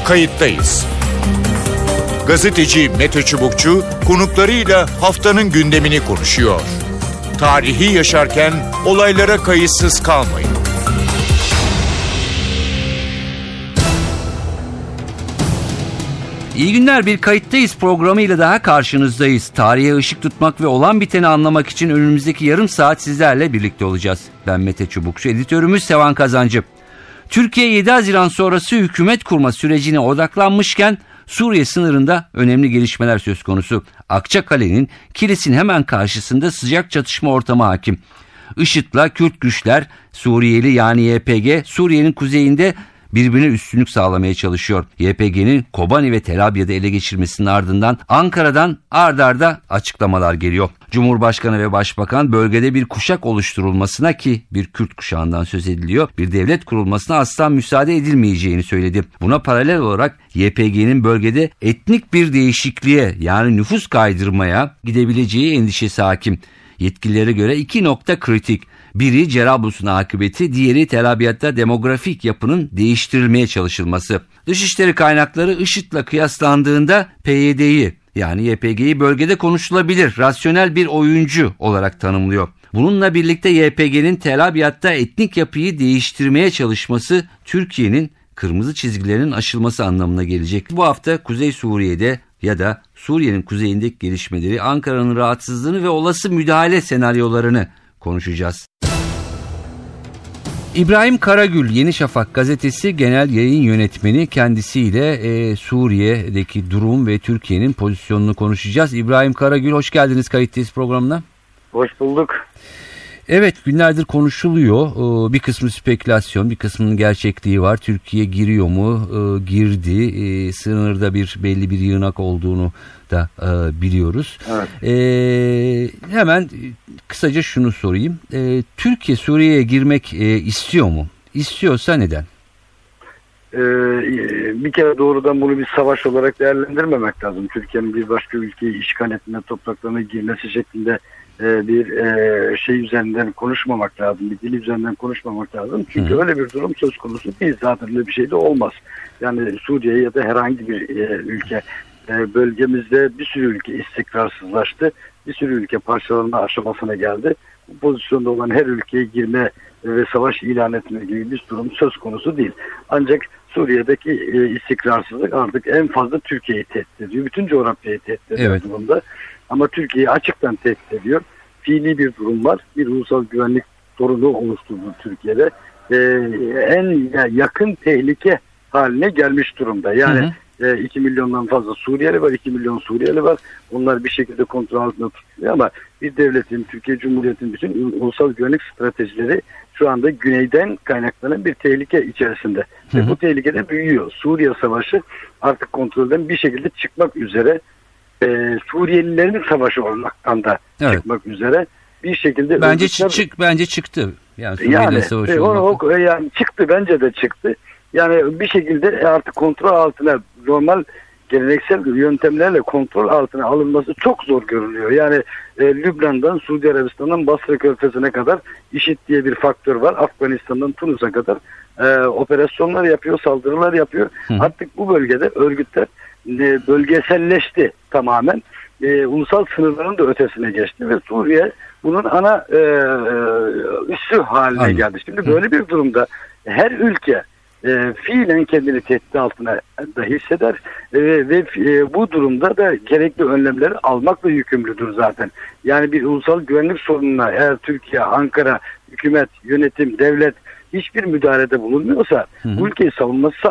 Kayıttayız. Gazeteci Mete Çubukçu konuklarıyla haftanın gündemini konuşuyor. Tarihi yaşarken olaylara kayıtsız kalmayın. İyi günler, bir Kayıttayız programıyla daha karşınızdayız. Tarihe ışık tutmak ve olan biteni anlamak için önümüzdeki yarım saat sizlerle birlikte olacağız. Ben Mete Çubukçu, editörümüz Sevan Kazancı. Türkiye 7 Haziran sonrası hükümet kurma sürecine odaklanmışken Suriye sınırında önemli gelişmeler söz konusu. Akçakale'nin Kilis'in hemen karşısında sıcak çatışma ortamı hakim. IŞİD'le Kürt güçler, Suriyeli yani YPG, Suriye'nin kuzeyinde birbirine üstünlük sağlamaya çalışıyor. YPG'nin Kobani ve Tel Abyad'ı ele geçirmesinin ardından Ankara'dan ard arda açıklamalar geliyor. Cumhurbaşkanı ve Başbakan bölgede bir kuşak oluşturulmasına, ki bir Kürt kuşağından söz ediliyor, bir devlet kurulmasına asla müsaade edilmeyeceğini söyledi. Buna paralel olarak YPG'nin bölgede etnik bir değişikliğe yani nüfus kaydırmaya gidebileceği endişesi hakim. Yetkililere göre iki nokta kritik. Biri Cerablus'un akıbeti, diğeri Tel Abyad'da demografik yapının değiştirilmeye çalışılması. Dışişleri kaynakları IŞİD'le kıyaslandığında PYD'yi yani YPG'yi bölgede konuşulabilir, rasyonel bir oyuncu olarak tanımlıyor. Bununla birlikte YPG'nin Tel Abyad'da etnik yapıyı değiştirmeye çalışması Türkiye'nin kırmızı çizgilerinin aşılması anlamına gelecek. Bu hafta Kuzey Suriye'de ya da Suriye'nin kuzeyindeki gelişmeleri, Ankara'nın rahatsızlığını ve olası müdahale senaryolarını konuşacağız. İbrahim Karagül, Yeni Şafak gazetesi genel yayın yönetmeni, kendisiyle Suriye'deki durum ve Türkiye'nin pozisyonunu konuşacağız. İbrahim Karagül, hoş geldiniz Kayıttayız programına. Hoş bulduk. Evet, günlerdir konuşuluyor. Bir kısmı spekülasyon, bir kısmının gerçekliği var. Türkiye giriyor mu? Girdi. Sınırda belli bir yığınak olduğunu da biliyoruz. Evet. Hemen kısaca şunu sorayım. Türkiye Suriye'ye girmek istiyor mu? İstiyorsa neden? Bir kere doğrudan bunu bir savaş olarak değerlendirmemek lazım. Türkiye'nin bir başka ülkeyi işgal etme, topraklarına girmesi şeklinde bir şey üzerinden konuşmamak lazım. Bir dil üzerinden konuşmamak lazım. Çünkü öyle bir durum söz konusu değil. Zaten öyle bir şey de olmaz. Yani Suriye ya da herhangi bir ülke, bölgemizde bir sürü ülke istikrarsızlaştı. Bir sürü ülke parçalanma aşamasına geldi. Bu pozisyonda olan her ülkeye girme ve savaş ilan etme gibi bir durum söz konusu değil. Ancak Suriye'deki istikrarsızlık artık en fazla Türkiye'yi tehdit ediyor. Bütün coğrafyayı tehdit ediyor durumda. Ama Türkiye'yi açıktan tehdit ediyor. Fiili bir durum var. Bir ulusal güvenlik sorunu oluşturdu Türkiye'de. En yakın tehlike haline gelmiş durumda. Yani 2 milyondan fazla Suriyeli var. 2 milyon Suriyeli var. Onlar bir şekilde kontrol altında tutuluyor ama bir devletin, Türkiye Cumhuriyeti'nin bütün ulusal güvenlik stratejileri şu anda güneyden kaynaklanan bir tehlike içerisinde. Ve bu tehlikede büyüyor. Suriye Savaşı artık kontrolden bir şekilde çıkmak üzere. Suriyelilerin savaşı olmaktan da çıkmak üzere bir şekilde bence çıktı. Yani savaşı yani çıktı, bence de çıktı. Yani bir şekilde artık kontrol altına, normal geleneksel yöntemlerle kontrol altına alınması çok zor görünüyor. Yani Lübnan'dan Suudi Arabistan'dan Basra Körfezi'ne kadar IŞİD diye bir faktör var. Afganistan'dan Tunus'a kadar operasyonlar yapıyor, saldırılar yapıyor. Artık bu bölgede örgütler bölgeselleşti tamamen. Ulusal sınırların da ötesine geçti ve Suriye bunun ana üssü haline geldi. Şimdi böyle bir durumda her ülke fiilen kendini tehdit altına da hisseder ve bu durumda da gerekli önlemleri almakla yükümlüdür zaten. Yani bir ulusal güvenlik sorununa eğer Türkiye, Ankara, hükümet, yönetim, devlet hiçbir müdahalede bulunmuyorsa bu ülkeyi savunması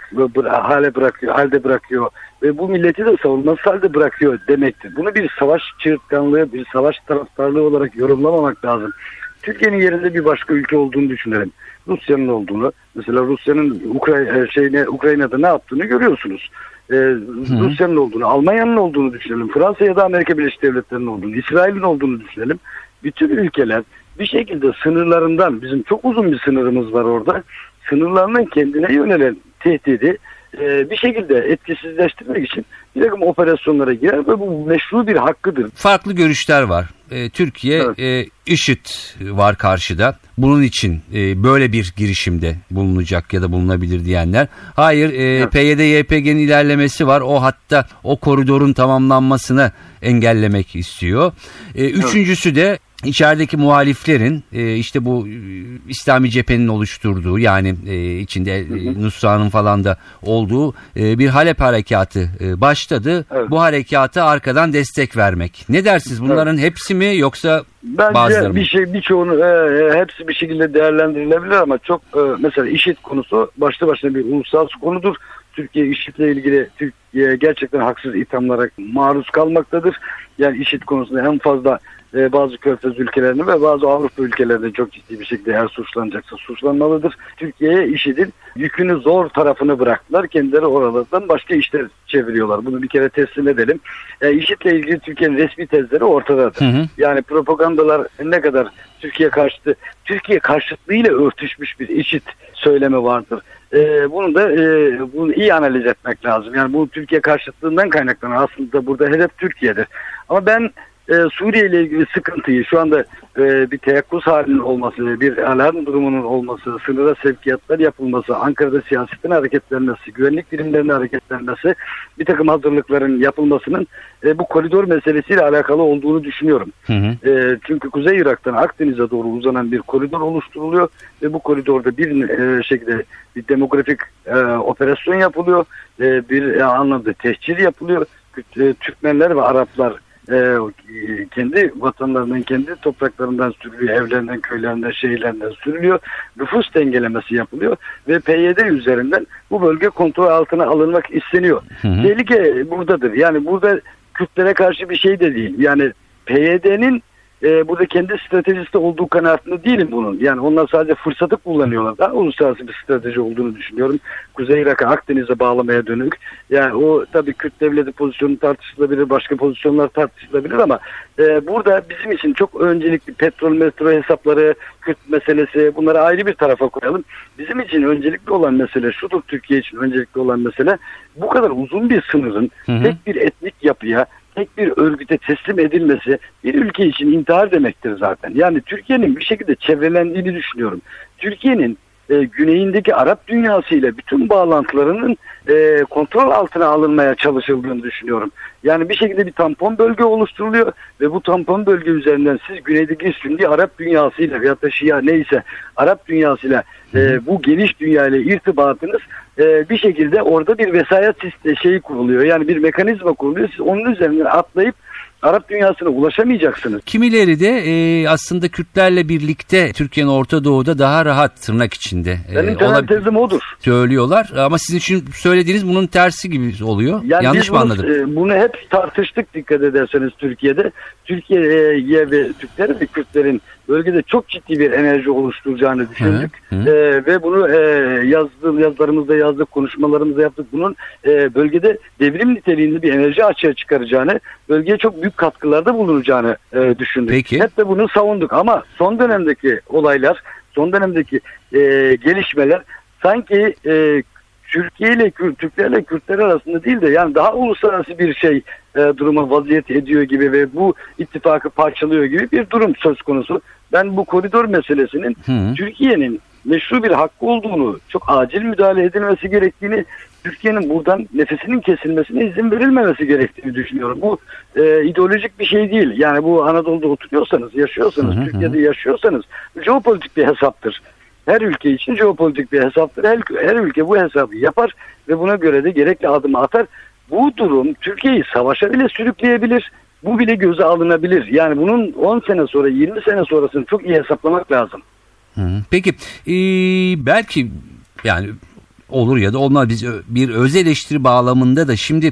halde bırakıyor ve bu milleti de savunması halde bırakıyor demektir. Bunu bir savaş çığırtkanlığı, bir savaş taraftarlığı olarak yorumlamamak lazım. Türkiye'nin yerinde bir başka ülke olduğunu düşünelim. Rusya'nın olduğunu, mesela Rusya'nın Ukrayna'da ne yaptığını görüyorsunuz. Rusya'nın olduğunu, Almanya'nın olduğunu düşünelim. Fransa ya da Amerika Birleşik Devletleri'nin olduğunu, İsrail'in olduğunu düşünelim. Bütün ülkeler bir şekilde sınırlarından, bizim çok uzun bir sınırımız var orada, sınırlarından kendine yönelen tehdidi bir şekilde etkisizleştirmek için bir takım operasyonlara girer ve bu meşru bir hakkıdır. Farklı görüşler var. Türkiye, Evet. IŞİD var karşıda. Bunun için böyle bir girişimde bulunacak ya da bulunabilir diyenler. Hayır, Evet. PYD-YPG'nin ilerlemesi var. O hatta o koridorun tamamlanmasını engellemek istiyor. Üçüncüsü de İçerideki muhaliflerin işte bu İslami cephenin oluşturduğu, yani içinde Nusra'nın falan da olduğu bir Halep harekatı başladı. Evet. Bu harekata arkadan destek vermek. Ne dersiniz? Bunların hepsi mi yoksa bazıları mı? Bence birçoğunu hepsi bir şekilde değerlendirilebilir ama çok mesela IŞİD konusu başlı başına bir uluslararası konudur. Türkiye IŞİD'le ilgili gerçekten haksız ithamlara maruz kalmaktadır. Yani IŞİD konusunda en fazla bazı Körfez ülkelerinde ve bazı Avrupa ülkelerinde çok ciddi bir şekilde eğer suçlanacaksa suçlanmalıdır. Türkiye'ye IŞİD'in yükünü zor tarafını bıraktılar. Kendileri oralardan başka işler çeviriyorlar. Bunu bir kere teslim edelim. IŞİD'le ilgili Türkiye'nin resmi tezleri ortadadır. Yani propagandalar ne kadar Türkiye karşıtlığıyla örtüşmüş bir IŞİD söylemi vardır. Bunu iyi analiz etmek lazım. Yani bu Türkiye karşıtlığından kaynaklanan aslında burada hedef Türkiye'dir. Ama ben Suriye ile ilgili sıkıntıyı şu anda bir teyakkuz halinin olması, bir alarm durumunun olması, sınıra sevkiyatlar yapılması, Ankara'da siyasetin hareketlenmesi, güvenlik birimlerinin hareketlenmesi, bir takım hazırlıkların yapılmasının bu koridor meselesiyle alakalı olduğunu düşünüyorum. Çünkü Kuzey Irak'tan Akdeniz'e doğru uzanan bir koridor oluşturuluyor ve bu koridorda bir şekilde bir demografik operasyon yapılıyor, bir anlamda tehcir yapılıyor. Türkmenler ve Araplar kendi vatanlarından, kendi topraklarından sürülüyor, evlerinden, köylerinden, şehirlerinden sürülüyor. Nüfus dengelemesi yapılıyor ve PYD üzerinden bu bölge kontrol altına alınmak isteniyor. Tehlike buradadır. Yani burada Kürtlere karşı bir şey de değil. Yani PYD'nin burada kendi stratejisi olduğu kanaatinde değilim bunun. Yani onlar sadece fırsatı kullanıyorlar. Daha uluslararası bir strateji olduğunu düşünüyorum. Kuzey Irak'ı Akdeniz'e bağlamaya dönük. Yani o tabii Kürt devleti pozisyonu tartışılabilir, başka pozisyonlar tartışılabilir ama burada bizim için çok öncelikli metro hesapları, Kürt meselesi, bunları ayrı bir tarafa koyalım. Bizim için öncelikli olan mesele şudur, Türkiye için öncelikli olan mesele bu kadar uzun bir sınırın tek bir etnik yapıya, tek bir örgüte teslim edilmesi bir ülke için intihar demektir zaten. Yani Türkiye'nin bir şekilde çevrelendiğini düşünüyorum. Türkiye'nin güneyindeki Arap dünyasıyla bütün bağlantılarının kontrol altına alınmaya çalışıldığını düşünüyorum. Yani bir şekilde bir tampon bölge oluşturuluyor ve bu tampon bölge üzerinden siz güneydeki Sünni Arap dünyasıyla veyahut da Şia neyse Arap dünyasıyla bu geniş dünyayla irtibatınız bir şekilde orada bir vesayet şeyi kuruluyor. Yani bir mekanizma kuruluyor. Siz onun üzerinden atlayıp Arap dünyasına ulaşamayacaksınız. Kimileri de aslında Kürtlerle birlikte Türkiye'nin Orta Doğu'da daha rahat tırnak içinde benim temel tezim odur. Söylüyorlar ama sizin için söylediğiniz bunun tersi gibi oluyor. Yani yanlış mı anladım? Bunu hep tartıştık dikkat ederseniz Türkiye'de. Türkiye'ye ve Türklerin ve Kürtlerin bölgede çok ciddi bir enerji oluşturacağını düşündük. Ve bunu yazılarımızda yazdık, konuşmalarımızda yaptık. Bunun bölgede devrim niteliğinde bir enerji açığa çıkaracağını, bölgeye çok büyük katkılarda bulunacağını düşündük. Peki. Hep de bunu savunduk ama son dönemdeki olaylar, son dönemdeki gelişmeler sanki Türkiye ile Türklerle Kürtler arasında değil de yani daha uluslararası bir duruma vaziyet ediyor gibi ve bu ittifakı parçalıyor gibi bir durum söz konusu. Ben bu koridor meselesinin Türkiye'nin meşru bir hakkı olduğunu, çok acil müdahale edilmesi gerektiğini, Türkiye'nin buradan nefesinin kesilmesine izin verilmemesi gerektiğini düşünüyorum. Bu ideolojik bir şey değil. Yani bu Anadolu'da oturuyorsanız, yaşıyorsanız, Türkiye'de yaşıyorsanız jeopolitik bir hesaptır. Her ülke için jeopolitik bir hesaptır. Her ülke bu hesabı yapar ve buna göre de gerekli adımı atar. Bu durum Türkiye'yi savaşa bile sürükleyebilir. Bu bile göze alınabilir. Yani bunun 10 sene sonra, 20 sene sonrasını çok iyi hesaplamak lazım. Peki belki yani olur ya da olmaz, biz bir öz eleştiri bağlamında da şimdi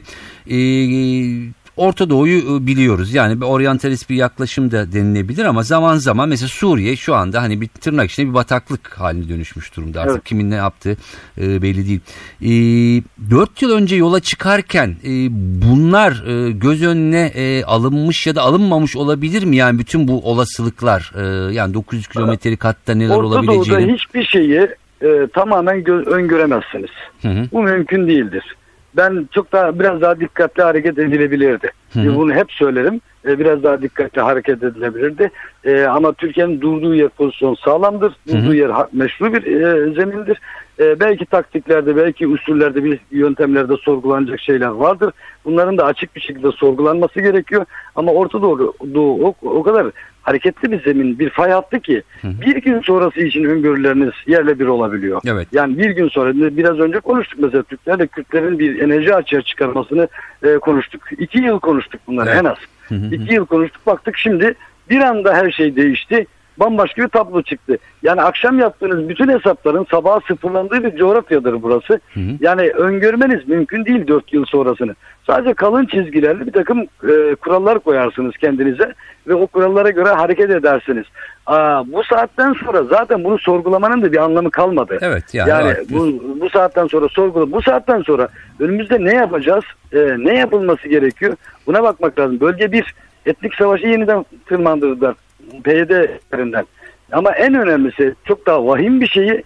Orta Doğu'yu biliyoruz. Yani bir oryantalist bir yaklaşım da denilebilir ama zaman zaman mesela Suriye şu anda hani bir tırnak içinde bir bataklık haline dönüşmüş durumda. Artık evet. Kimin ne yaptığı belli değil. 4 yıl önce yola çıkarken bunlar göz önüne alınmış ya da alınmamış olabilir mi? Yani bütün bu olasılıklar yani 900 kilometrelik hatta neler olabileceğini. Orta Doğu'da hiçbir şeyi tamamen öngöremezsiniz. Bu mümkün değildir. Ben biraz daha dikkatli hareket edilebilirdi. Bunu hep söylerim. Biraz daha dikkatli hareket edilebilirdi. Ama Türkiye'nin durduğu yer pozisyon sağlamdır. Durduğu yer meşru bir zemindir. Belki taktiklerde, belki usullerde, bir yöntemlerde sorgulanacak şeyler vardır. Bunların da açık bir şekilde sorgulanması gerekiyor. Ama Orta Doğu o kadar hareketli bir zemin, bir fay hattı ki bir gün sonrası için öngörüleriniz yerle bir olabiliyor. Evet. Yani bir gün sonra, biraz önce konuştuk mesela, Türklerle Kürtlerin bir enerji açığa çıkarmasını konuştuk. 2 yıl konuştuk bunları en az. 2 yıl konuştuk, baktık şimdi bir anda her şey değişti. Bambaşka bir tablo çıktı. Yani akşam yaptığınız bütün hesapların sabaha sıfırlandığı bir coğrafyadır burası. Yani öngörmeniz mümkün değil 4 yıl sonrasını. Sadece kalın çizgilerle bir takım kurallar koyarsınız kendinize ve o kurallara göre hareket edersiniz. Bu saatten sonra zaten bunu sorgulamanın da bir anlamı kalmadı. Evet, yani bu saatten sonra bu saatten sonra önümüzde ne yapacağız? Ne yapılması gerekiyor? Buna bakmak lazım. Bölge 1 etnik savaşı yeniden tırmandırdılar. PYD'lerinden. Ama en önemlisi, çok daha vahim bir şeyi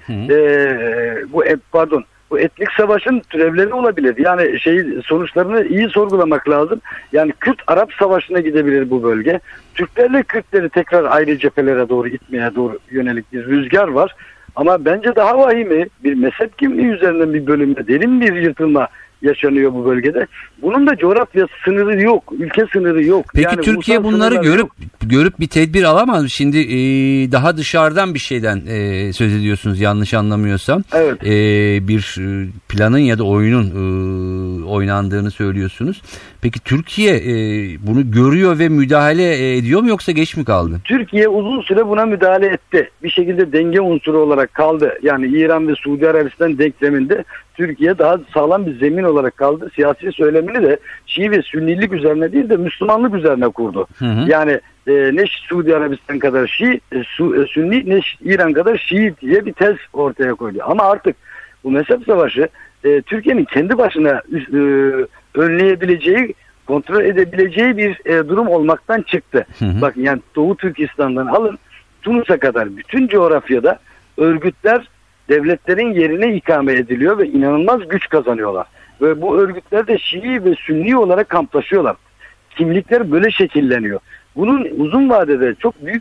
bu etnik savaşın türevleri olabilir. Yani sonuçlarını iyi sorgulamak lazım. Yani Kürt-Arap savaşına gidebilir bu bölge. Türklerle Kürtleri tekrar ayrı cephelere doğru itmeye doğru yönelik bir rüzgar var. Ama bence daha vahimi, bir mezhep kimliği üzerinden bir bölümde derin bir yırtılma yaşanıyor bu bölgede. Bunun da coğrafya sınırı yok, ülke sınırı yok. Peki yani Türkiye bunları görüp bir tedbir alamaz mı? Şimdi daha dışarıdan bir şeyden söz ediyorsunuz yanlış anlamıyorsam. Evet. Bir planın ya da oyunun oynandığını söylüyorsunuz. Peki Türkiye bunu görüyor ve müdahale ediyor mu, yoksa geç mi kaldı? Türkiye uzun süre buna müdahale etti. Bir şekilde denge unsuru olarak kaldı. Yani İran ve Suudi Arabistan denkleminde Türkiye daha sağlam bir zemin olarak kaldı. Siyasi söylemini de Şii ve Sünnilik üzerine değil de Müslümanlık üzerine kurdu. Yani ne Suudi Arabistan kadar Sünni, ne İran kadar Şii diye bir tez ortaya koydu. Ama artık bu mezhep savaşı Türkiye'nin kendi başına önleyebileceği, kontrol edebileceği bir durum olmaktan çıktı. Bakın, yani Doğu Türkistan'dan alın Tunus'a kadar bütün coğrafyada örgütler devletlerin yerine ikame ediliyor ve inanılmaz güç kazanıyorlar. Ve bu örgütler de Şii ve Sünni olarak kamplaşıyorlar. Kimlikler böyle şekilleniyor. Bunun uzun vadede çok büyük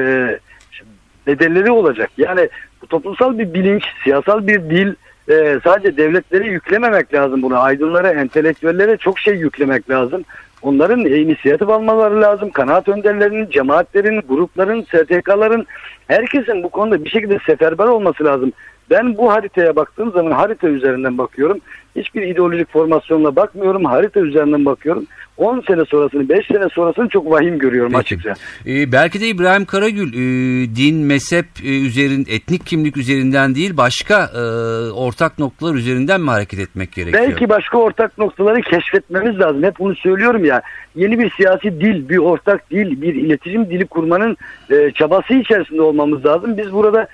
bedelleri olacak. Yani bu toplumsal bir bilinç, siyasal bir dil, sadece devletlere yüklememek lazım bunu. Aydınlara, entelektüellere çok şey yüklemek lazım. Onların inisiyatif almaları lazım. Kanaat önderlerinin, cemaatlerin, grupların, STK'ların, herkesin bu konuda bir şekilde seferber olması lazım. Ben bu haritaya baktığım zaman harita üzerinden bakıyorum. Hiçbir ideolojik formasyonla bakmıyorum. Harita üzerinden bakıyorum. 10 sene sonrasını, 5 sene sonrasını çok vahim görüyorum açıkça. Belki de İbrahim Karagül din, mezhep etnik kimlik üzerinden değil, başka ortak noktalar üzerinden mi hareket etmek gerekiyor? Belki başka ortak noktaları keşfetmemiz lazım. Hep bunu söylüyorum ya. Yeni bir siyasi dil, bir ortak dil, bir iletişim dili kurmanın çabası içerisinde olmamız lazım. Biz burada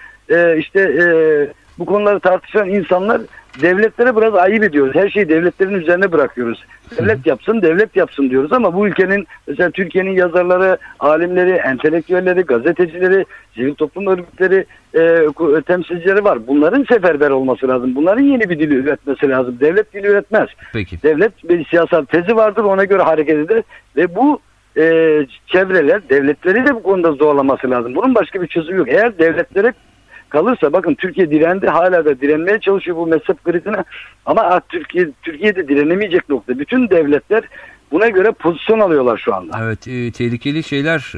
bu konuları tartışan insanlar devletlere biraz ayıp ediyoruz. Her şeyi devletlerin üzerine bırakıyoruz. Devlet yapsın diyoruz ama bu ülkenin, mesela Türkiye'nin yazarları, alimleri, entelektüelleri, gazetecileri, sivil toplum örgütleri, temsilcileri var. Bunların seferber olması lazım. Bunların yeni bir dili üretmesi lazım. Devlet dili üretmez. Peki. Devlet bir siyasal tezi vardır, ona göre hareket eder ve bu çevreler devletleri de bu konuda zorlaması lazım. Bunun başka bir çözümü yok. Eğer devletlere kalırsa, bakın Türkiye direndi, hala da direnmeye çalışıyor bu mezhep krizine, ama Türkiye'de direnemeyecek nokta. Bütün devletler buna göre pozisyon alıyorlar şu anda. Evet, tehlikeli şeyler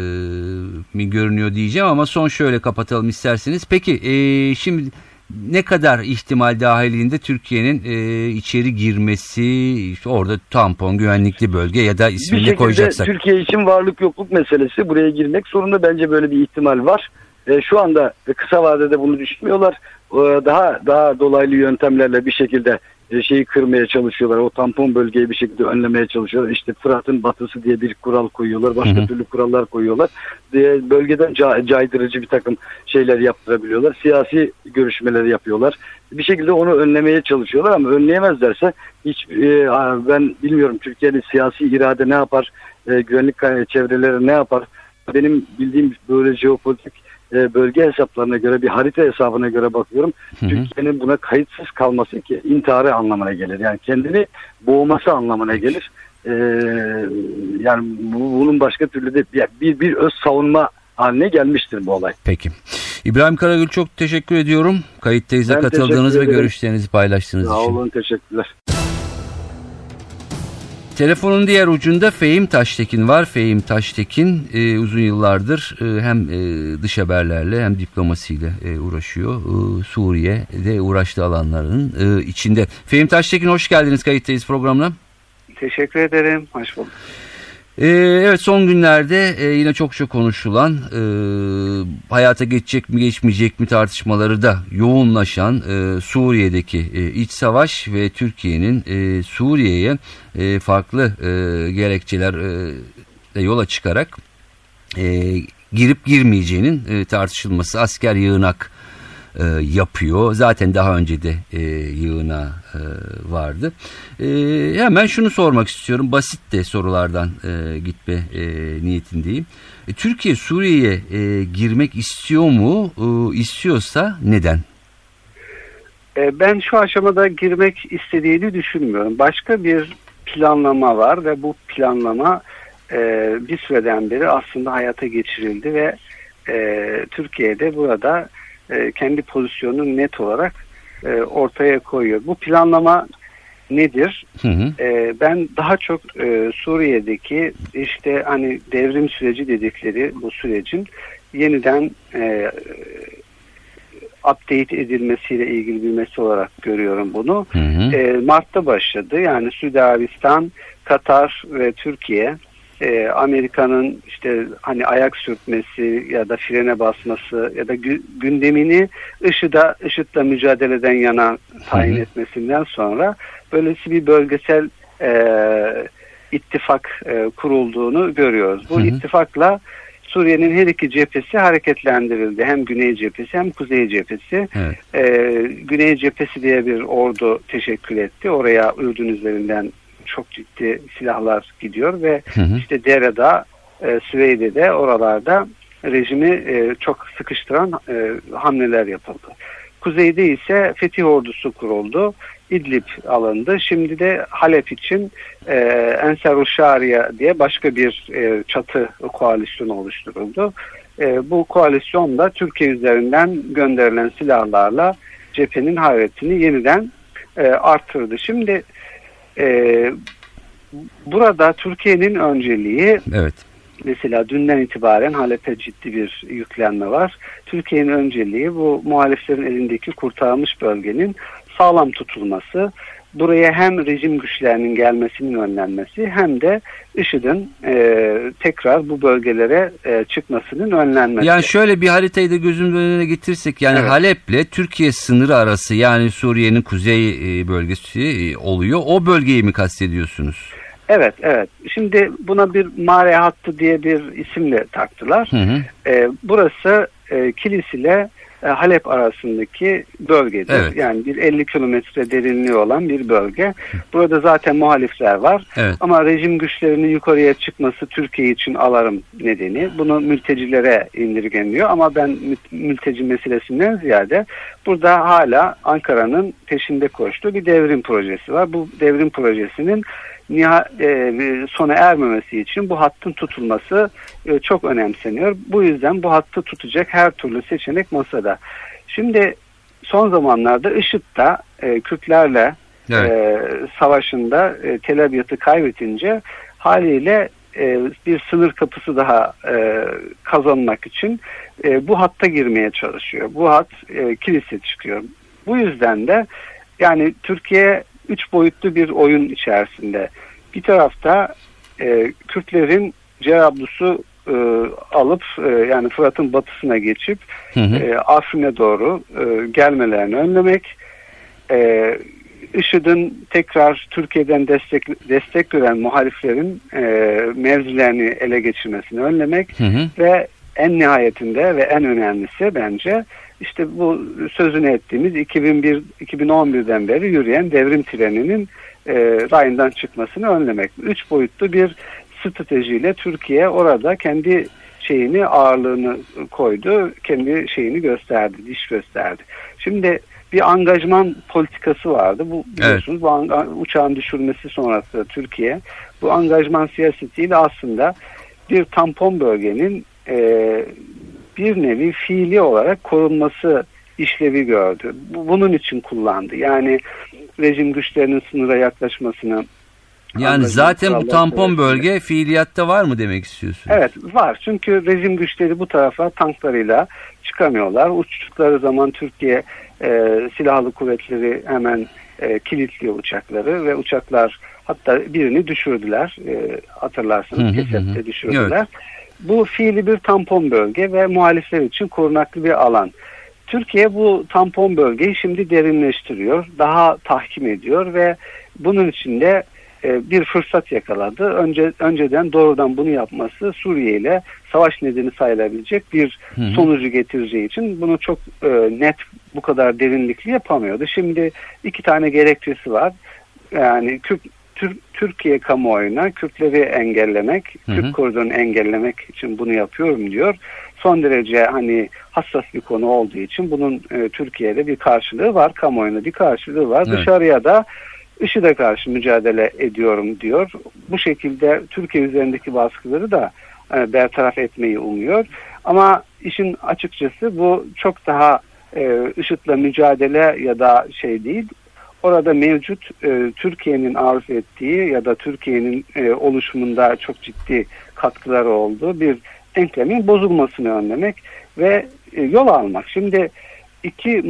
mi görünüyor diyeceğim ama son şöyle kapatalım isterseniz. Peki şimdi ne kadar ihtimal dahilinde Türkiye'nin içeri girmesi, işte orada tampon, güvenlikli bölge ya da ismini koyacaksak? Türkiye için varlık yokluk meselesi, buraya girmek zorunda, bence böyle bir ihtimal var. Şu anda kısa vadede bunu düşünmüyorlar. Daha dolaylı yöntemlerle bir şekilde şeyi kırmaya çalışıyorlar. O tampon bölgeyi bir şekilde önlemeye çalışıyorlar. İşte Fırat'ın batısı diye bir kural koyuyorlar. Başka türlü kurallar koyuyorlar. Bölgeden caydırıcı bir takım şeyler yaptırabiliyorlar. Siyasi görüşmeleri yapıyorlar. Bir şekilde onu önlemeye çalışıyorlar ama önleyemezlerse ben bilmiyorum Türkiye'nin siyasi irade ne yapar? Güvenlik çevreleri ne yapar? Benim bildiğim böyle jeopolitik bölge hesaplarına göre, bir harita hesabına göre bakıyorum. Türkiye'nin buna kayıtsız kalması ki intiharı anlamına gelir. Yani kendini boğması anlamına gelir. Yani bunun başka türlü de bir öz savunma haline gelmiştir bu olay. Peki. İbrahim Karagül, çok teşekkür ediyorum. Kayıttayız'a katıldığınız ve görüşlerinizi paylaştığınız için. Sağ olun, teşekkürler. Telefonun diğer ucunda Fehim Taştekin var. Fehim Taştekin uzun yıllardır hem dış haberlerle hem diplomasiyle uğraşıyor. Suriye'de uğraştığı alanların içinde. Fehim Taştekin, hoş geldiniz Kayıttayız programına. Teşekkür ederim. Hoş bulduk. Evet, son günlerde yine çokça konuşulan, hayata geçecek mi geçmeyecek mi tartışmaları da yoğunlaşan Suriye'deki iç savaş ve Türkiye'nin Suriye'ye farklı gerekçelerle yola çıkarak girip girmeyeceğinin tartışılması, asker yığınak yapıyor. Zaten daha önce de yığına vardı. Hemen şunu sormak istiyorum. Basit de sorulardan gitme niyetindeyim. Türkiye Suriye'ye girmek istiyor mu? İstiyorsa neden? Ben şu aşamada girmek istediğini düşünmüyorum. Başka bir planlama var ve bu planlama bir süreden beri aslında hayata geçirildi ve Türkiye'de burada kendi pozisyonunu net olarak ortaya koyuyor. Bu planlama nedir? Ben daha çok Suriye'deki işte hani devrim süreci dedikleri bu sürecin yeniden update edilmesiyle ilgili bir mesele olarak görüyorum bunu. Mart'ta başladı. Yani Suudi Arabistan, Katar ve Türkiye Amerika'nın işte hani ayak sürtmesi ya da frene basması ya da gündemini IŞİD'le mücadeleden yana tayin etmesinden sonra böylesi bir bölgesel ittifak kurulduğunu görüyoruz. Bu ittifakla Suriye'nin her iki cephesi hareketlendirildi. Hem Güney cephesi hem Kuzey cephesi. Güney cephesi diye bir ordu teşekkül etti. Oraya Ürdün üzerinden çok ciddi silahlar gidiyor ve işte Dere'de, Süveyde'de oralarda rejimi çok sıkıştıran hamleler yapıldı. Kuzeyde ise Fetih ordusu kuruldu. İdlib alındı. Şimdi de Halep için Ensarul Şaria diye başka bir çatı koalisyonu oluşturuldu. Bu koalisyon da Türkiye üzerinden gönderilen silahlarla cephenin hararetini yeniden arttırdı. Şimdi burada Türkiye'nin önceliği, mesela dünden itibaren Halep'e ciddi bir yüklenme var. Türkiye'nin önceliği bu muhaliflerin elindeki kurtarılmış bölgenin sağlam tutulması. Buraya hem rejim güçlerinin gelmesinin önlenmesi hem de IŞİD'in tekrar bu bölgelere çıkmasının önlenmesi. Yani şöyle bir haritayı da gözümüzün önüne getirsek, yani Halep'le Türkiye sınırı arası, yani Suriye'nin kuzey bölgesi oluyor. O bölgeyi mi kastediyorsunuz? Evet. Şimdi buna bir mare hattı diye bir isimle taktılar. Burası Kilis ile Halep arasındaki bölgedir. Evet. Yani bir 50 kilometre derinliği olan bir bölge. Burada zaten muhalifler var. Evet. Ama rejim güçlerinin yukarıya çıkması Türkiye için alarm nedeni. Bunu mültecilere indirgeniyor ama ben mülteci meselesinden ziyade burada hala Ankara'nın peşinde koştuğu bir devrim projesi var. Bu devrim projesinin sona ermemesi için bu hattın tutulması çok önemseniyor. Bu yüzden bu hattı tutacak her türlü seçenek masada. Şimdi son zamanlarda IŞİD'de Kürtlerle savaşında Tel Abyad'ı kaybedince haliyle bir sınır kapısı daha kazanmak için bu hatta girmeye çalışıyor. Bu hat Kilis'e çıkıyor. Bu yüzden de yani Türkiye 3 boyutlu bir oyun içerisinde. Bir tarafta Kürtlerin Cerablus'u alıp yani Fırat'ın batısına geçip Afrin'e doğru gelmelerini önlemek, IŞİD'in tekrar Türkiye'den destek gören muhaliflerin mevzilerini ele geçirmesini önlemek ve en nihayetinde ve en önemlisi bence işte bu sözünü ettiğimiz 2011'den beri yürüyen devrim treninin rayından çıkmasını önlemek. 3 boyutlu bir stratejiyle Türkiye orada kendi şeyini, ağırlığını koydu. Kendi şeyini gösterdi, diş gösterdi. Şimdi bir angajman politikası vardı. Bu biliyorsunuz, evet. Bu uçağın düşürmesi sonrası Türkiye bu angajman siyasetiyle aslında bir tampon bölgenin bir nevi fiili olarak korunması işlevi gördü. Bunun için kullandı. Yani rejim güçlerinin sınıra yaklaşmasını. Yani zaten bu tampon bölge fiiliyatta var mı demek istiyorsunuz? Evet, var. Çünkü rejim güçleri bu tarafa tanklarıyla çıkamıyorlar. Uçtukları zaman Türkiye silahlı kuvvetleri hemen kilitliyor uçakları ve uçaklar, hatta birini düşürdüler. Hatırlarsınız, Kesep'te düşürdüler. Evet. Bu fiili bir tampon bölge ve muhalifler için korunaklı bir alan. Türkiye bu tampon bölgeyi şimdi derinleştiriyor, daha tahkim ediyor ve bunun için de bir fırsat yakaladı. Önceden doğrudan bunu yapması Suriye ile savaş nedeni sayılabilecek bir sonucu getireceği için bunu çok net, bu kadar derinlikli yapamıyordu. Şimdi 2 tane gerekçesi var. Yani Türkiye kamuoyuna Kürtleri engellemek, Kürt koridorunu engellemek için bunu yapıyorum diyor. Son derece hassas bir konu olduğu için bunun Türkiye'de bir karşılığı var, kamuoyuna bir karşılığı var. Evet. Dışarıya da IŞİD'e karşı mücadele ediyorum diyor. Bu şekilde Türkiye üzerindeki baskıları da bertaraf etmeyi umuyor. Ama işin açıkçası bu çok daha IŞİD'le mücadele ya da değil. Orada mevcut Türkiye'nin arzu ettiği ya da Türkiye'nin oluşumunda çok ciddi katkıları olduğu bir denklemin bozulmasını önlemek ve yol almak. Şimdi 2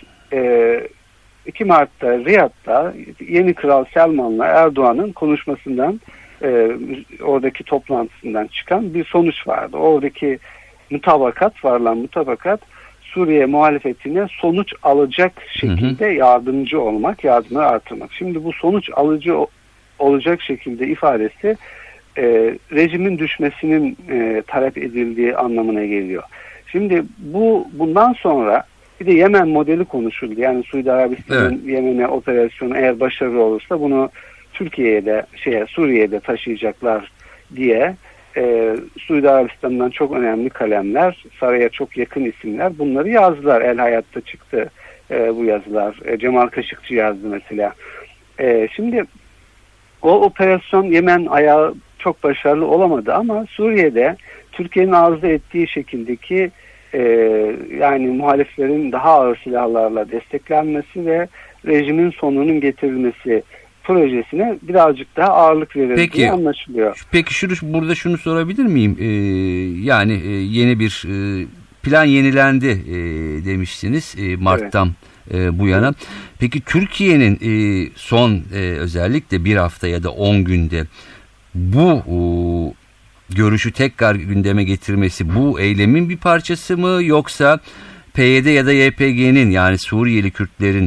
Mart'ta Riyad'da yeni Kral Selman'la Erdoğan'ın konuşmasından, oradaki toplantısından çıkan bir sonuç vardı. Oradaki varılan mutabakat Suriye muhalefetine sonuç alacak şekilde yardımcı olmak, yardımı artırmak. Şimdi bu sonuç alıcı olacak şekilde ifadesi rejimin düşmesinin talep edildiği anlamına geliyor. Şimdi bundan sonra bir de Yemen modeli konuşuldu. Yani Suudi Arabistan'ın Yemen'e operasyonu eğer başarılı olursa bunu Türkiye'de Suriye'de taşıyacaklar diye Suudi Arabistan'dan çok önemli kalemler, saraya çok yakın isimler bunları yazdılar. El Hayat'ta çıktı bu yazılar. Cemal Kaşıkçı yazdı mesela. Şimdi o operasyon Yemen ayağı çok başarılı olamadı ama Suriye'de Türkiye'nin arzu ettiği şekildeki yani muhaliflerin daha ağır silahlarla desteklenmesi ve rejimin sonunun getirilmesi projesine birazcık daha ağırlık verildiği anlaşılıyor. Peki burada şunu sorabilir miyim? Yani yeni bir plan yenilendi demiştiniz Mart'tan bu yana. Peki Türkiye'nin son özellikle bir hafta ya da 10 günde bu görüşü tekrar gündeme getirmesi bu eylemin bir parçası mı, yoksa PYD ya da YPG'nin yani Suriyeli Kürtlerin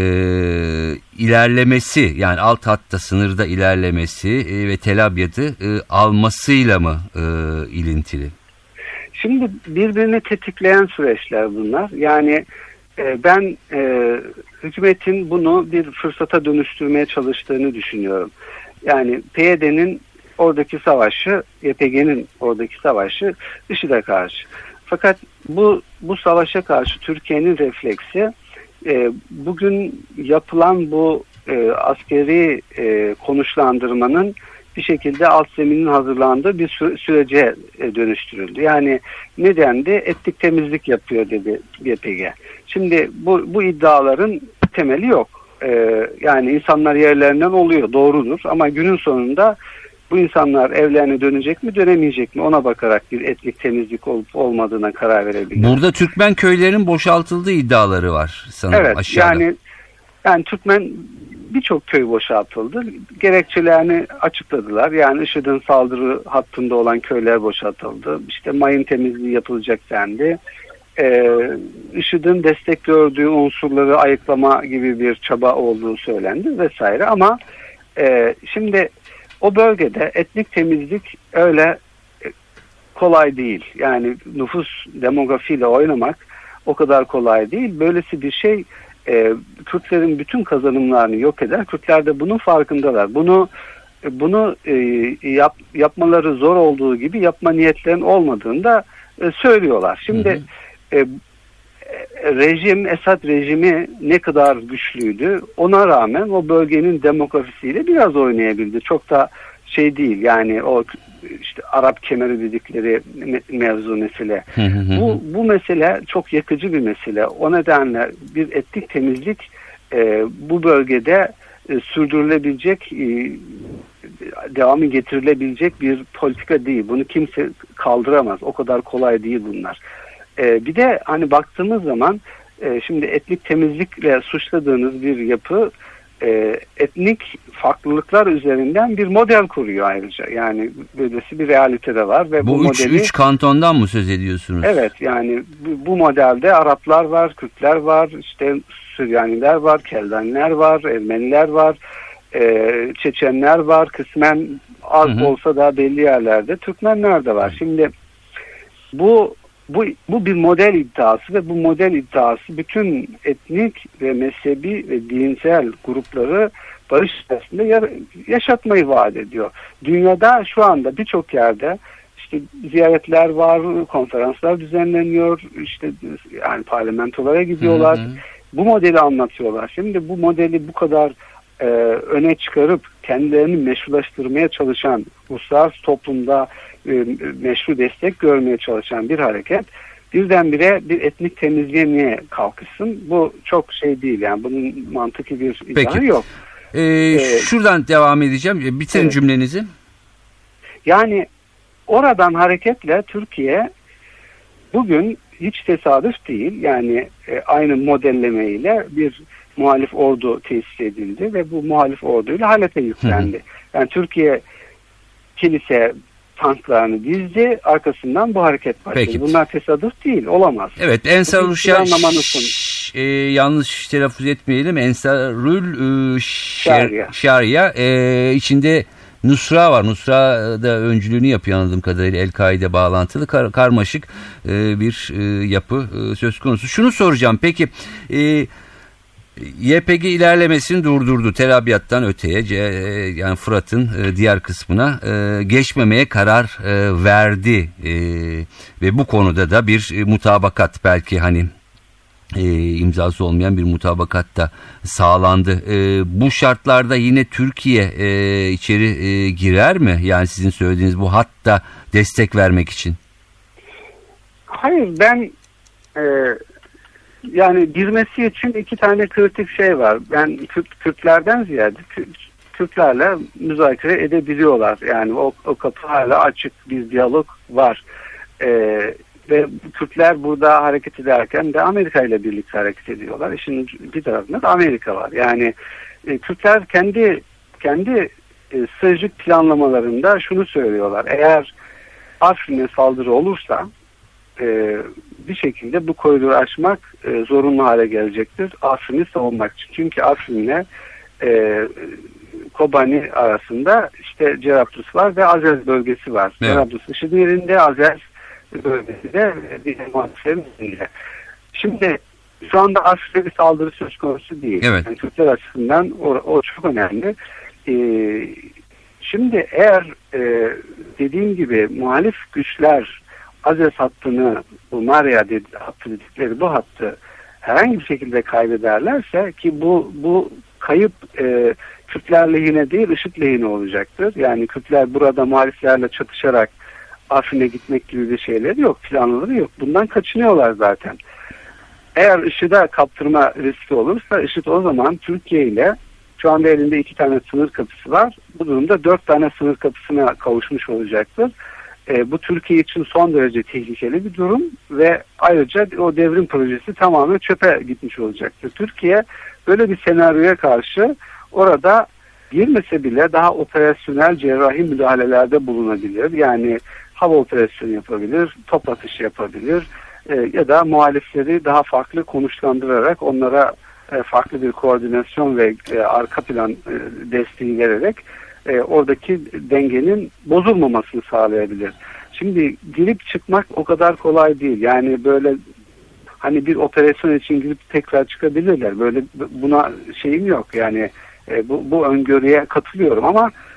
ilerlemesi, yani alt hatta sınırda ilerlemesi ve Tel Abyad'ı almasıyla mı ilintili? Şimdi birbirini tetikleyen süreçler bunlar. Yani ben hükümetin bunu bir fırsata dönüştürmeye çalıştığını düşünüyorum. Yani PYD'nin oradaki savaşı, YPG'nin oradaki savaşı IŞİD'e karşı. Fakat bu savaşa karşı Türkiye'nin refleksi bugün yapılan bu askeri konuşlandırmanın bir şekilde alt zeminin hazırlandığı bir sürece dönüştürüldü. Yani ne dendi? Etnik temizlik yapıyor dedi YPG. Şimdi bu iddiaların temeli yok. Yani insanlar yerlerinden oluyor, doğrudur, ama günün sonunda bu insanlar evlerine dönecek mi, dönemeyecek mi, ona bakarak bir etnik temizlik olup olmadığına karar verebilir. Burada Türkmen köylerinin boşaltıldığı iddiaları var sanırım, evet, aşağıda. Yani Türkmen birçok köy boşaltıldı. Gerekçelerini açıkladılar. Yani IŞİD'in saldırı hattında olan köyler boşaltıldı. İşte mayın temizliği yapılacak dendi. IŞİD'in destek gördüğü unsurları ayıklama gibi bir çaba olduğu söylendi vesaire. Ama şimdi o bölgede etnik temizlik öyle kolay değil. Yani nüfus demografiyle oynamak o kadar kolay değil. Böylesi bir şey Kürtlerin bütün kazanımlarını yok eder. Kürtler de bunun farkındalar. Bunu bunu yapmaları zor olduğu gibi yapma niyetlerinin olmadığını da söylüyorlar. Şimdi Esad rejimi ne kadar güçlüydü, ona rağmen o bölgenin demografisiyle biraz oynayabildi. Çok da şey değil yani, o işte Arap kemeri dedikleri mevzu mesele. Bu mesele çok yakıcı bir mesele. O nedenle bir etnik temizlik bu bölgede sürdürülebilecek, devamı getirilebilecek bir politika değil. Bunu kimse kaldıramaz. O kadar kolay değil bunlar. Bir de hani baktığımız zaman şimdi etnik temizlikle suçladığınız bir yapı etnik farklılıklar üzerinden bir model kuruyor ayrıca. Yani böylesi bir realite de var. Ve bu üç kantondan mı söz ediyorsunuz? Evet, yani bu modelde Araplar var, Kürtler var, işte Süryaniler var, Keldaniler var, Ermeniler var, Çeçenler var, kısmen az olsa da belli yerlerde Türkmenler de var. Şimdi bu bir model iddiası ve bu model iddiası bütün etnik ve mezhebi ve dinsel grupları barış içerisinde yaşatmayı vaat ediyor. Dünyada şu anda birçok yerde işte ziyaretler var, konferanslar düzenleniyor, işte yani parlamentolara gidiyorlar. Bu modeli anlatıyorlar. Şimdi bu modeli bu kadar öne çıkarıp kendilerini meşrulaştırmaya çalışan, uluslararası toplumda meşru destek görmeye çalışan bir hareket birdenbire bir etnik temizliğe niye kalkışsın? Bu çok şey değil yani, bunun mantıklı bir izahı yok. Şuradan devam edeceğim. Bitirin cümlenizi. Yani oradan hareketle Türkiye bugün hiç tesadüf değil. Yani aynı modellemeyle bir muhalif ordu tesis edildi ve bu muhalif orduyla Halep'e yüklendi. Yani Türkiye kilise tanklarını dizdi, arkasından bu hareket başladı. Peki. Bunlar tesadüf değil, olamaz. Evet, Ensarul yanlış telaffuz etmeyelim. Ensarul Şaria içinde Nusra var. Nusra da öncülüğünü yapıyor anladığım kadarıyla, El-Kaide bağlantılı karmaşık bir yapı söz konusu. Şunu soracağım, peki YPG ilerlemesini durdurdu. Tel Abyad'dan öteye, yani Fırat'ın diğer kısmına geçmemeye karar verdi. Ve bu konuda da bir mutabakat, belki hani imzası olmayan bir mutabakat da sağlandı. Bu şartlarda yine Türkiye içeri girer mi? Yani sizin söylediğiniz bu hatta destek vermek için. Hayır, ben yani girmesi için iki tane kritik şey var. Ben Kürtlerden ziyade Kürtlerle müzakere edebiliyorlar. Yani o kapı hala açık, bir diyalog var. Ve Kürtler burada hareket ederken de Amerika ile birlikte hareket ediyorlar. İşin bir tarafında da Amerika var. Yani Kürtler kendi stratejik planlamalarında şunu söylüyorlar. Eğer Afrin'e saldırı olursa bir şekilde bu koridoru açmak zorunlu hale gelecektir. Afrin'i savunmak için. Çünkü Afrin'le Kobani arasında işte Cerablus var ve Azez bölgesi var. Evet. Cerablus dışında Azez bölgesi de bir muhalefetinde. Şimdi şu anda Afrin'e bir saldırı söz konusu değil. Evet. Yani Türkler açısından o çok önemli. Şimdi eğer dediğim gibi muhalif güçler Azez hattını, bu Maria hattı dedikleri bu hattı herhangi bir şekilde kaybederlerse, ki bu kayıp Kürtler lehine değil, IŞİD lehine olacaktır. Yani Kürtler burada muhaliflerle çatışarak Afrin'e gitmek gibi bir şeyleri yok, planları yok. Bundan kaçınıyorlar zaten. Eğer IŞİD'e kaptırma riski olursa, IŞİD o zaman Türkiye ile, şu anda elinde 2 tane sınır kapısı var, bu durumda 4 tane sınır kapısına kavuşmuş olacaktır. Bu Türkiye için son derece tehlikeli bir durum ve ayrıca o devrim projesi tamamen çöpe gitmiş olacaktır. Türkiye böyle bir senaryoya karşı orada girmese bile daha operasyonel cerrahi müdahalelerde bulunabilir. Yani hava operasyonu yapabilir, top atışı yapabilir ya da muhalifleri daha farklı konuşlandırarak onlara farklı bir koordinasyon ve arka plan desteği vererek oradaki dengenin bozulmamasını sağlayabilir. Şimdi girip çıkmak o kadar kolay değil. Yani böyle hani bir operasyon için girip tekrar çıkabilirler. Böyle buna şeyim yok. Yani bu öngörüye katılıyorum ama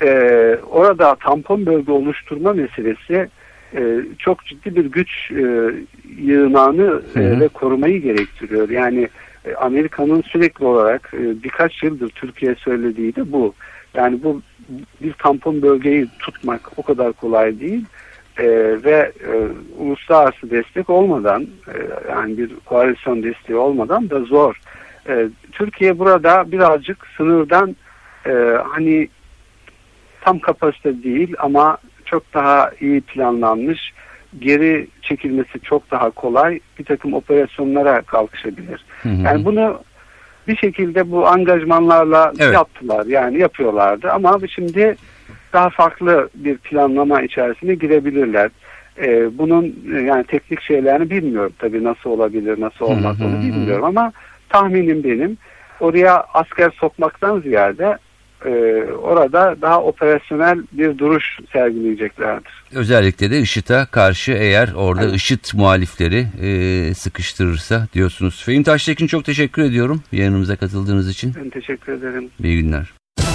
orada tampon bölge oluşturma meselesi çok ciddi bir güç yığınağını ve korumayı gerektiriyor. Yani Amerika'nın sürekli olarak birkaç yıldır Türkiye'ye söylediği de bu. Yani bu bir tampon bölgeyi tutmak o kadar kolay değil ve uluslararası destek olmadan yani bir koalisyon desteği olmadan da zor. Türkiye burada birazcık sınırdan hani tam kapasite değil ama çok daha iyi planlanmış, geri çekilmesi çok daha kolay bir takım operasyonlara kalkışabilir. Yani bunu bir şekilde bu angajmanlarla yaptılar, yani yapıyorlardı ama şimdi daha farklı bir planlama içerisine girebilirler. Bunun yani teknik şeylerini bilmiyorum tabii, nasıl olabilir, nasıl olmaz onu bilmiyorum ama tahminim benim oraya asker sokmaktan ziyade orada daha operasyonel bir duruş sergileyeceklerdir. Özellikle de IŞİD'e karşı eğer orada IŞİD muhalifleri sıkıştırırsa diyorsunuz. Fehim Taştekin, çok teşekkür ediyorum yayınımıza katıldığınız için. Ben teşekkür ederim. İyi günler.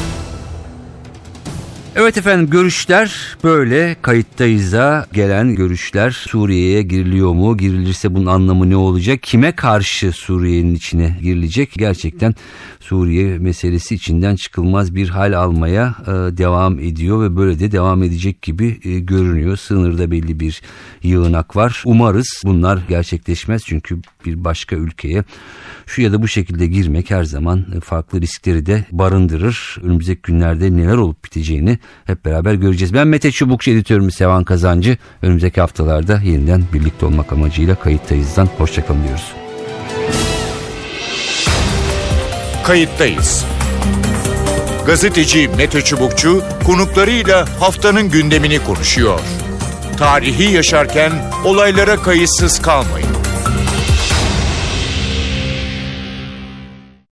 Evet efendim, görüşler böyle. Kayıttayız'a gelen görüşler: Suriye'ye giriliyor mu? Girilirse bunun anlamı ne olacak? Kime karşı Suriye'nin içine girilecek? Gerçekten Suriye meselesi içinden çıkılmaz bir hal almaya devam ediyor ve böyle de devam edecek gibi görünüyor. Sınırda belli bir yığınak var. Umarız bunlar gerçekleşmez, çünkü bir başka ülkeye şu ya da bu şekilde girmek her zaman farklı riskleri de barındırır. Önümüzdeki günlerde neler olup biteceğini hep beraber göreceğiz. Ben Mete Çubukçu, editörümüz Sevan Kazancı. Önümüzdeki haftalarda yeniden birlikte olmak amacıyla Kayıttayız'dan hoşçakalın diyoruz. Kayıttayız. Gazeteci Mete Çubukçu konuklarıyla haftanın gündemini konuşuyor. Tarihi yaşarken olaylara kayıtsız kalmayın.